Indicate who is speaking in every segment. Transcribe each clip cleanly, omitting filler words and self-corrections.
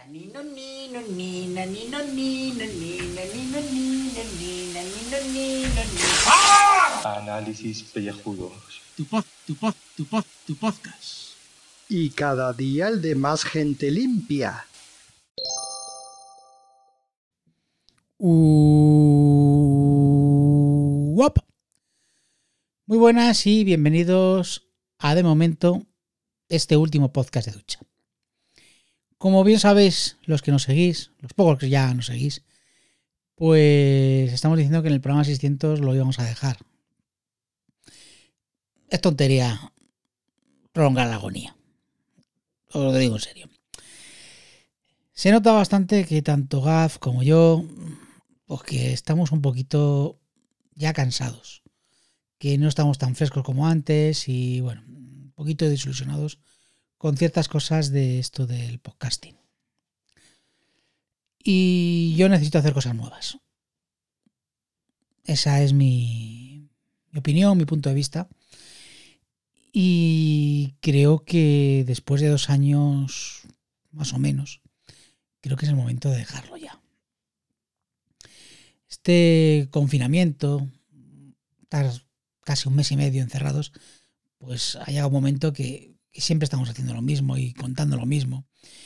Speaker 1: Análisis pellejudos.
Speaker 2: Tu podcast.
Speaker 3: Y cada día el de más gente limpia.
Speaker 2: Guapa. Muy buenas y bienvenidos a, de momento, este último podcast de ducha. Como bien sabéis, los que nos seguís, los pocos que ya nos seguís, pues estamos diciendo que en el programa 600 lo íbamos a dejar. Es tontería prolongar la agonía. Os lo digo en serio. Se nota bastante que tanto Gaf como yo, pues que estamos un poquito ya cansados. Que no estamos tan frescos como antes y, bueno, un poquito desilusionados con ciertas cosas de esto del podcasting. Y yo necesito hacer cosas nuevas. Esa es mi opinión, mi punto de vista. Y creo que después de 2 años, más o menos, creo que es el momento de dejarlo ya. Este confinamiento, estar casi 1 mes y medio encerrados, pues ha llegado un momento que siempre estamos haciendo lo mismo y contando lo mismo.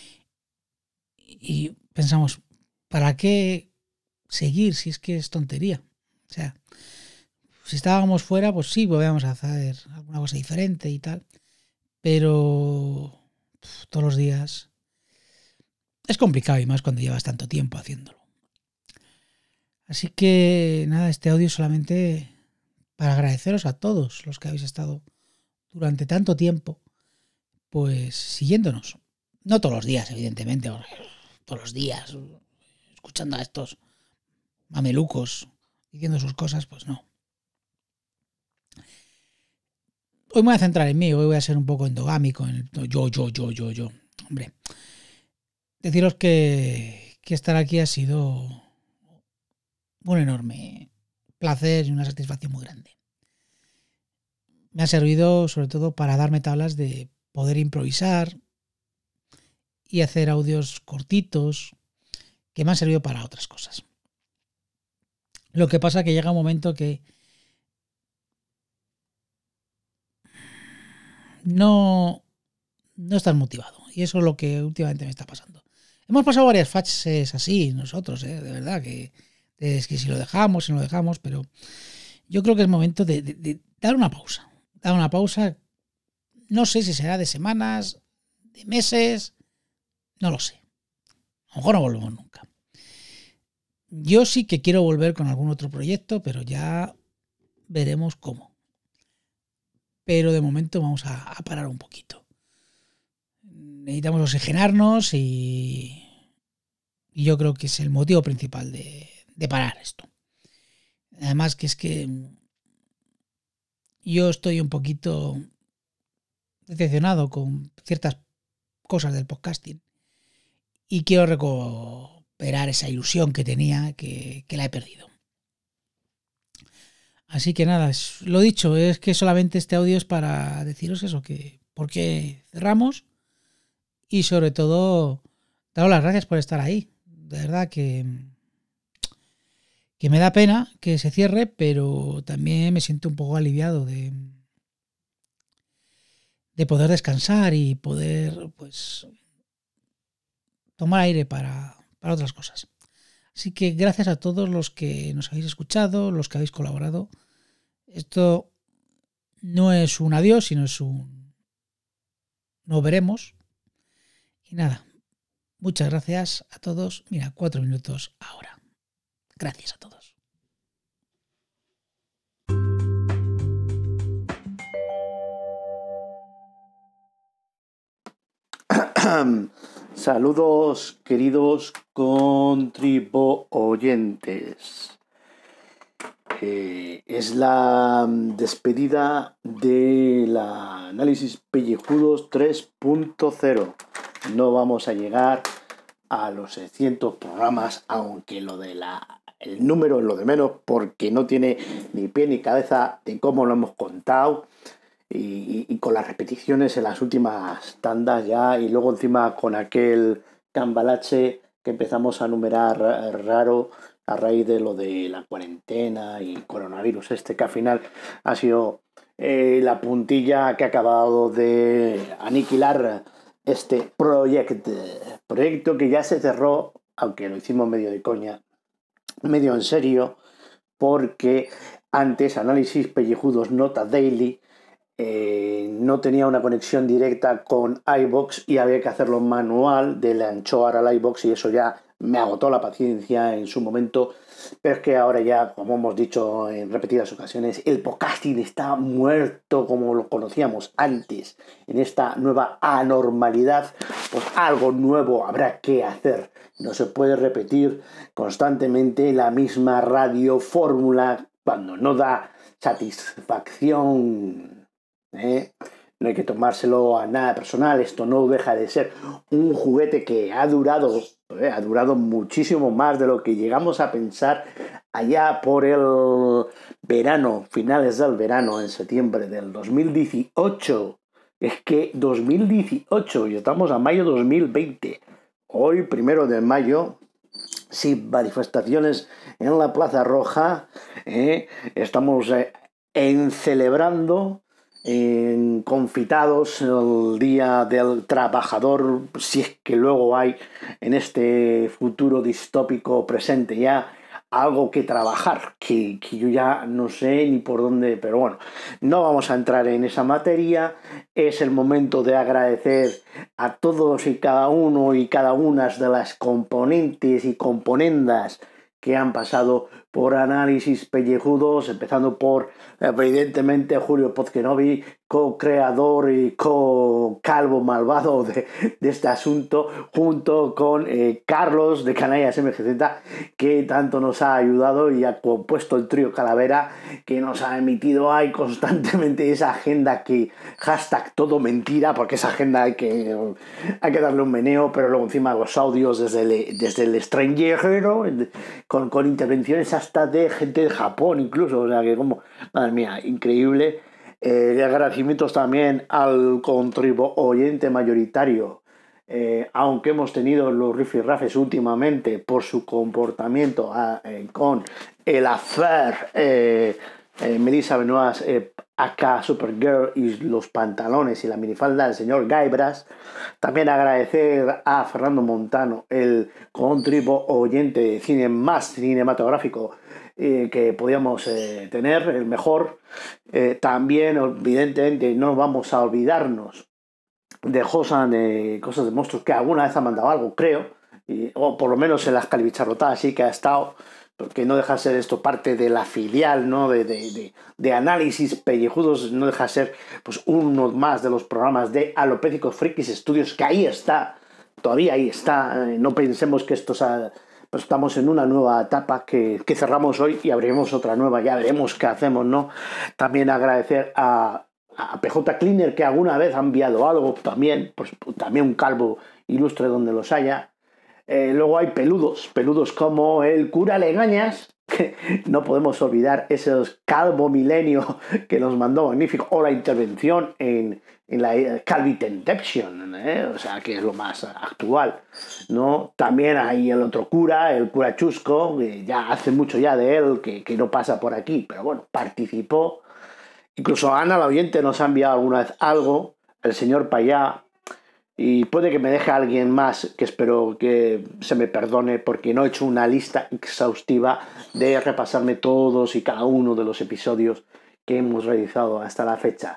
Speaker 2: Y pensamos, ¿para qué seguir si es que es tontería? O sea, si estábamos fuera, pues sí, podíamos hacer alguna cosa diferente y tal. Pero todos los días es complicado y más cuando llevas tanto tiempo haciéndolo. Así que nada, este audio solamente para agradeceros a todos los que habéis estado durante tanto tiempo pues siguiéndonos. No todos los días, evidentemente, todos los días escuchando a estos mamelucos diciendo sus cosas, pues no. Hoy me voy a centrar en mí, hoy voy a ser un poco endogámico, en el yo. Hombre, deciros que estar aquí ha sido un enorme placer y una satisfacción muy grande. Me ha servido sobre todo para darme tablas de poder improvisar y hacer audios cortitos que me han servido para otras cosas. Lo que pasa es que llega un momento que no estás motivado. Y eso es lo que últimamente me está pasando. Hemos pasado varias fases así nosotros, de verdad, que es que si lo dejamos, pero yo creo que es momento de dar una pausa. Dar una pausa, no sé si será de semanas, de meses, no lo sé. A lo mejor no volvemos nunca. Yo sí que quiero volver con algún otro proyecto, pero ya veremos cómo. Pero de momento vamos a parar un poquito. Necesitamos oxigenarnos y yo creo que es el motivo principal de parar esto. Además que es que yo estoy un poquito decepcionado con ciertas cosas del podcasting y quiero recuperar esa ilusión que tenía que la he perdido. Así que nada, lo dicho, es que solamente este audio es para deciros eso, que por qué cerramos y sobre todo daros las gracias por estar ahí. De verdad que me da pena que se cierre, pero también me siento un poco aliviado de poder descansar y poder pues tomar aire para otras cosas. Así que gracias a todos los que nos habéis escuchado, los que habéis colaborado. Esto no es un adiós, sino es un nos veremos. Y nada, muchas gracias a todos. Mira, 4 minutos ahora. Gracias a todos.
Speaker 4: Saludos, queridos contribuyentes. Es la despedida del análisis pellejudos 3.0. No vamos a llegar a los 600 programas, aunque el número es lo de menos, porque no tiene ni pie ni cabeza de cómo lo hemos contado. Y con las repeticiones en las últimas tandas ya, y luego encima con aquel cambalache que empezamos a numerar raro a raíz de lo de la cuarentena y coronavirus que al final ha sido la puntilla que ha acabado de aniquilar este proyecto que ya se cerró, aunque lo hicimos medio de coña, medio en serio, porque antes Análisis Pellejudos Nota Daily no tenía una conexión directa con iVoox y había que hacerlo manual del Anchor al iVoox, y eso ya me agotó la paciencia en su momento. Pero es que ahora ya, como hemos dicho en repetidas ocasiones, el podcasting está muerto como lo conocíamos antes. En esta nueva anormalidad, pues algo nuevo habrá que hacer. No se puede repetir constantemente la misma radio fórmula cuando no da satisfacción. No hay que tomárselo a nada personal. Esto no deja de ser un juguete que ha durado muchísimo más de lo que llegamos a pensar allá por el verano, finales del verano, en septiembre del 2018. Es que 2018, y estamos a mayo 2020. Hoy, 1 de mayo, sin manifestaciones en la Plaza Roja, estamos celebrando confitados el Día del Trabajador, si es que luego hay en este futuro distópico presente ya algo que trabajar, que yo ya no sé ni por dónde, pero bueno, no vamos a entrar en esa materia. Es el momento de agradecer a todos y cada uno y cada una de las componentes y componendas que han pasado por Análisis Pellejudos, empezando por, evidentemente, Julio Pozquenovi, co-creador y co-calvo malvado de este asunto, junto con Carlos de Canallas MGZ, que tanto nos ha ayudado y ha compuesto el trío Calavera, que nos ha emitido ahí constantemente esa agenda que hashtag todo mentira, porque esa agenda hay que darle un meneo, pero luego encima los audios desde el extranjero, con intervenciones hasta de gente de Japón incluso, o sea que como, madre mía, increíble. Agradecimientos también al contribuyente mayoritario, aunque hemos tenido los rifirrafes últimamente por su comportamiento con el affair Melissa Benoist, acá Supergirl, y los pantalones y la minifalda del señor Gaibras. También agradecer a Fernando Montano, el contribuyente de cine más cinematográfico que podíamos tener, el mejor. También, evidentemente, no vamos a olvidarnos de Josan, Cosas de Monstruos, que alguna vez ha mandado algo, creo, o por lo menos en las calibicharrotadas sí que ha estado, porque no deja de ser esto parte de la filial, ¿no? de Análisis Pellejudos, no deja de ser pues uno más de los programas de Alopécicos Frikis Studios, que ahí está, todavía ahí está. No pensemos que esto pues estamos en una nueva etapa que cerramos hoy y abriremos otra nueva, ya veremos qué hacemos, ¿no? También agradecer a PJ Cleaner, que alguna vez ha enviado algo también, pues también un calvo ilustre donde los haya. Luego hay peludos como el cura Legañas, que no podemos olvidar esos calvo milenio que nos mandó magnífico, o la intervención en la Calvi Temptation, o sea, que es lo más actual, ¿no? También hay el otro cura, el cura Chusco, que ya hace mucho ya de él que no pasa por aquí, pero bueno, participó. Incluso Ana, la oyente, nos ha enviado alguna vez algo, el señor Payá, y puede que me deje a alguien más, que espero que se me perdone, porque no he hecho una lista exhaustiva de repasarme todos y cada uno de los episodios que hemos realizado hasta la fecha.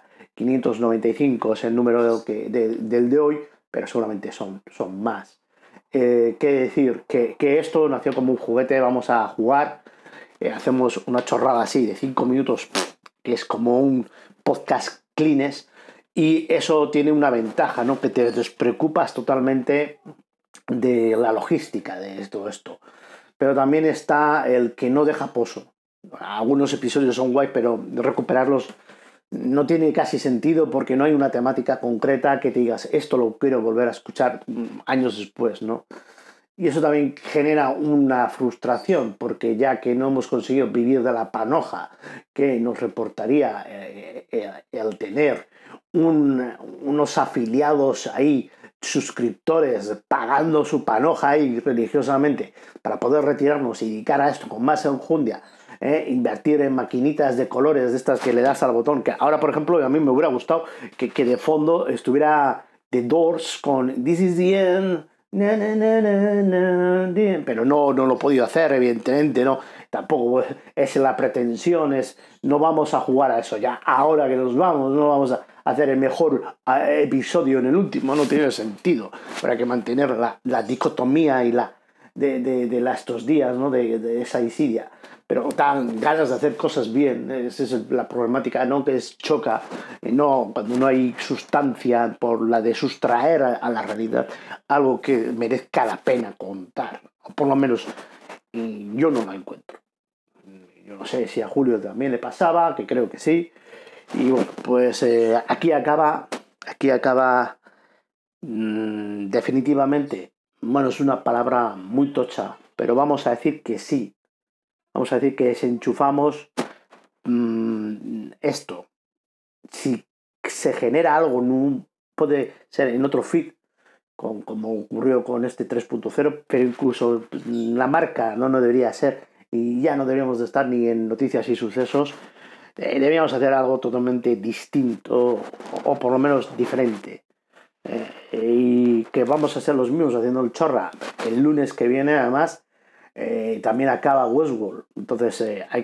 Speaker 4: 595 es el número del de hoy, pero seguramente son más. Qué decir, que esto nació como un juguete, vamos a jugar, hacemos una chorrada así de 5 minutos, que es como un podcast cleanes. Y eso tiene una ventaja, ¿no? Que te despreocupas totalmente de la logística de todo esto. Pero también está el que no deja pozo. Algunos episodios son guay, pero recuperarlos no tiene casi sentido porque no hay una temática concreta que te digas, esto lo quiero volver a escuchar años después, ¿no? Y eso también genera una frustración, porque ya que no hemos conseguido vivir de la panoja que nos reportaría el tener unos afiliados ahí suscriptores pagando su panoja ahí religiosamente para poder retirarnos y dedicar a esto con más enjundia, invertir en maquinitas de colores de estas que le das al botón, que ahora por ejemplo a mí me hubiera gustado que de fondo estuviera The Doors con This is the End, na, na, na, na, na, pero no lo he podido hacer, evidentemente, no, tampoco es la pretensión, no vamos a jugar a eso ya, ahora que nos vamos, no vamos a hacer el mejor episodio en el último, no tiene sentido, pero hay que mantener la dicotomía y de estos días, ¿no? de esa insidia. Pero dan ganas de hacer cosas bien, esa es la problemática, ¿no? Que choca, no, cuando no hay sustancia por la de sustraer a la realidad algo que merezca la pena contar, o por lo menos yo no la encuentro. Yo no sé si a Julio también le pasaba, que creo que sí. Y bueno, pues aquí acaba definitivamente, bueno, es una palabra muy tocha, pero vamos a decir que sí. Vamos a decir que desenchufamos esto. Si se genera algo, puede ser en otro feed, como ocurrió con este 3.0, pero incluso la marca no debería ser, y ya no deberíamos de estar ni en noticias y sucesos. Debíamos hacer algo totalmente distinto, o por lo menos diferente. Y que vamos a ser los mismos haciendo el chorra el lunes que viene, además. También acaba Westworld, entonces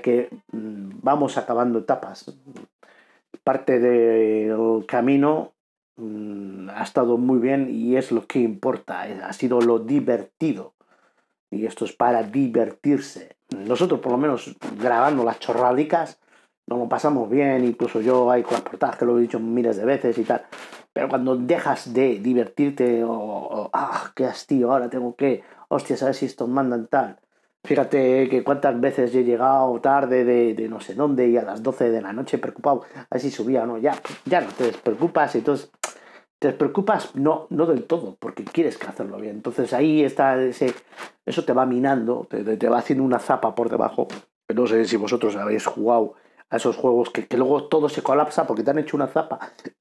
Speaker 4: vamos acabando etapas. Parte del camino ha estado muy bien y es lo que importa, ha sido lo divertido, y esto es para divertirse. Nosotros por lo menos grabando las chorradicas nos lo pasamos bien, incluso yo hay con las portadas que lo he dicho miles de veces y tal, pero cuando dejas de divertirte qué hastío, ahora tengo que, hostia, a ver si estos mandan tal. Fíjate que cuántas veces he llegado tarde de no sé dónde y a las 12 de la noche preocupado a ver si subía o no. Ya no te despreocupas, entonces te despreocupas no del todo, porque quieres que hacerlo bien. Entonces ahí está eso te va minando, te va haciendo una zapa por debajo. No sé si vosotros habéis jugado a esos juegos que luego todo se colapsa porque te han hecho una zapa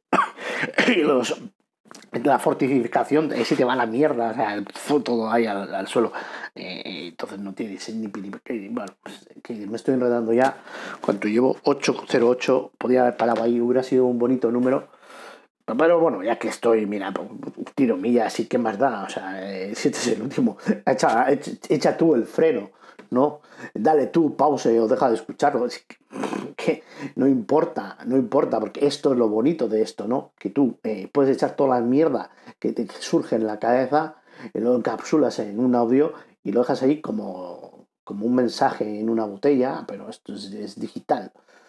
Speaker 4: y la fortificación se te va a la mierda, o sea, todo ahí al suelo. Entonces no tienes ni bueno, pues, que me estoy enredando ya. Cuando llevo 808, podía haber parado ahí, hubiera sido un bonito número. Pero bueno, ya que estoy, mira, tiro millas, así que más da, o sea, si este es el último, echa tú el freno, ¿no? Dale tú pause o deja de escucharlo. Es que no importa, porque esto es lo bonito de esto, ¿no? Que tú puedes echar toda la mierda que te surge en la cabeza, y lo encapsulas en un audio y lo dejas ahí como un mensaje en una botella, pero esto es digital.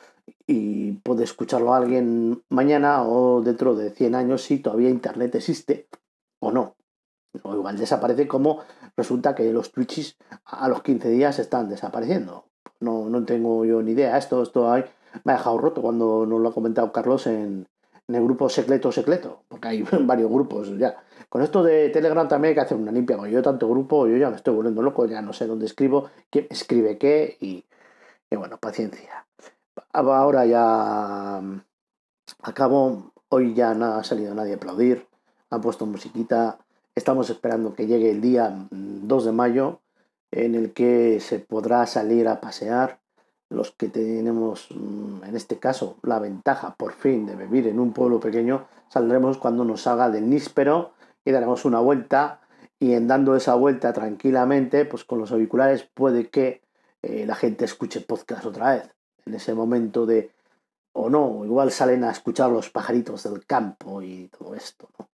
Speaker 4: Y puede escucharlo a alguien mañana o dentro de 100 años si todavía Internet existe o no. O igual desaparece, como resulta que los Twitches a los 15 días están desapareciendo. No tengo yo ni idea. Esto me ha dejado roto cuando nos lo ha comentado Carlos en el grupo secreto, porque hay varios grupos ya. Con esto de Telegram también hay que hacer una limpia, porque yo tanto grupo, yo ya me estoy volviendo loco, ya no sé dónde escribo, quién escribe qué y bueno, paciencia. Ahora ya acabo, hoy ya no ha salido nadie a aplaudir, han puesto musiquita, estamos esperando que llegue el día 2 de mayo en el que se podrá salir a pasear. Los que tenemos, en este caso, la ventaja por fin de vivir en un pueblo pequeño, saldremos cuando nos salga del níspero y daremos una vuelta, y en dando esa vuelta tranquilamente, pues con los auriculares puede que la gente escuche podcast otra vez. En ese momento o no, igual salen a escuchar los pajaritos del campo y todo esto, ¿no?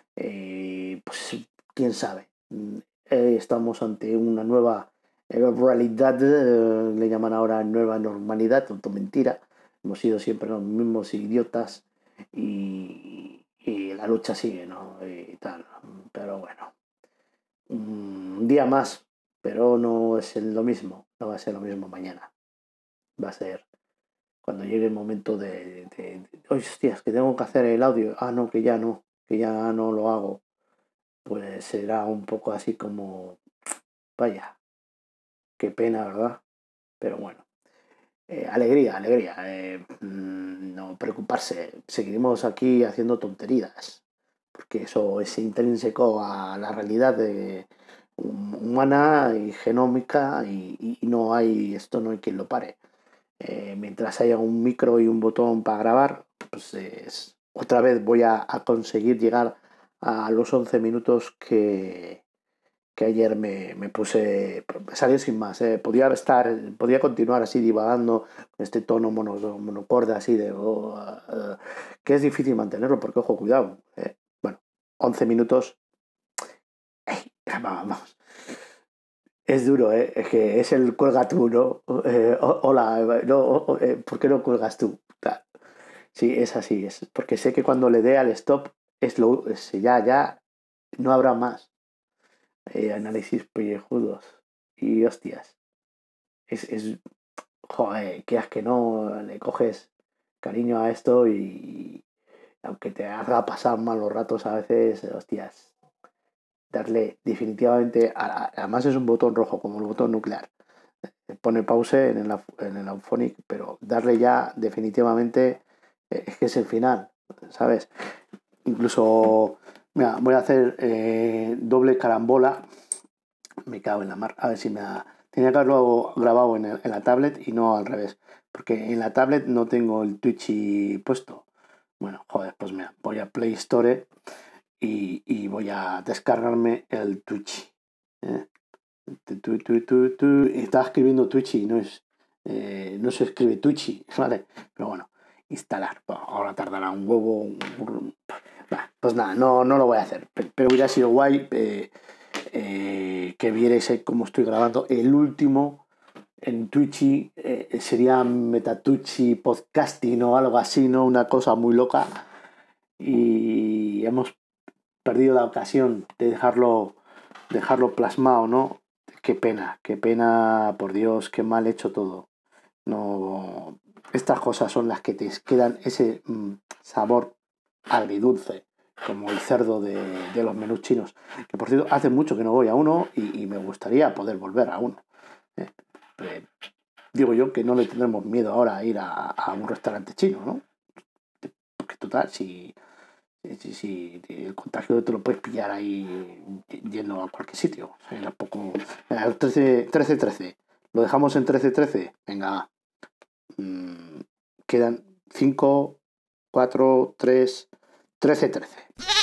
Speaker 4: Pues quién sabe. Estamos ante una nueva realidad, le llaman ahora nueva normalidad, tonto mentira. Hemos sido siempre los mismos idiotas y la lucha sigue, ¿no? Y tal. Pero bueno, un día más, pero no es lo mismo, no va a ser lo mismo mañana. Va a ser cuando llegue el momento hostias, que tengo que hacer el audio, no, que ya no lo hago, pues será un poco así como, vaya, qué pena, ¿verdad? Pero bueno, alegría, no preocuparse, seguiremos aquí haciendo tonterías, porque eso es intrínseco a la realidad humana y genómica y no hay, esto no hay quien lo pare. Mientras haya un micro y un botón para grabar, pues otra vez voy a conseguir llegar a los 11 minutos que ayer me puse, salió sin más, podía continuar así divagando con este tono monocorde así que es difícil mantenerlo porque, ojo, cuidado, bueno, 11 minutos, vamos, es duro, es que es el cuelga tú, ¿no? Hola, no, ¿por qué no cuelgas tú? Sí, es así, es porque sé que cuando le dé al stop ya no habrá más. Análisis pellejudos y hostias, joder, que no le coges cariño a esto y aunque te haga pasar malos ratos a veces, hostias, darle definitivamente, además es un botón rojo como el botón nuclear, pone pause en el Auphonic, pero darle ya definitivamente es que es el final, ¿sabes? Incluso, mira, voy a hacer doble carambola. Me cago en la mar. A ver si me da. Tenía que haberlo grabado en la tablet y no al revés. Porque en la tablet no tengo el Twitchy puesto. Bueno, joder, pues mira, voy a Play Store y voy a descargarme el Twitchy. Estaba escribiendo Twitchy, no se escribe Twitchy, ¿vale? Pero bueno, instalar. Bueno, ahora tardará un huevo. Pues nada, no lo voy a hacer. Pero hubiera sido guay que vierais cómo estoy grabando el último en Twitchy. Sería Metatwitchy Podcasting o algo así, ¿no? Una cosa muy loca. Y hemos perdido la ocasión de dejarlo plasmado, ¿no? Qué pena, por Dios, qué mal hecho todo. No, estas cosas son las que te quedan ese sabor agridulce, como el cerdo de los menús chinos. Que por cierto, hace mucho que no voy a uno y me gustaría poder volver a uno. Digo yo que no le tendremos miedo ahora a ir a un restaurante chino, ¿no? Porque total, si el contagio te lo puedes pillar ahí yendo a cualquier sitio. O sea, era poco. 13-13. Lo dejamos en 13-13. Venga. Quedan 5, 4, 3, 13-13.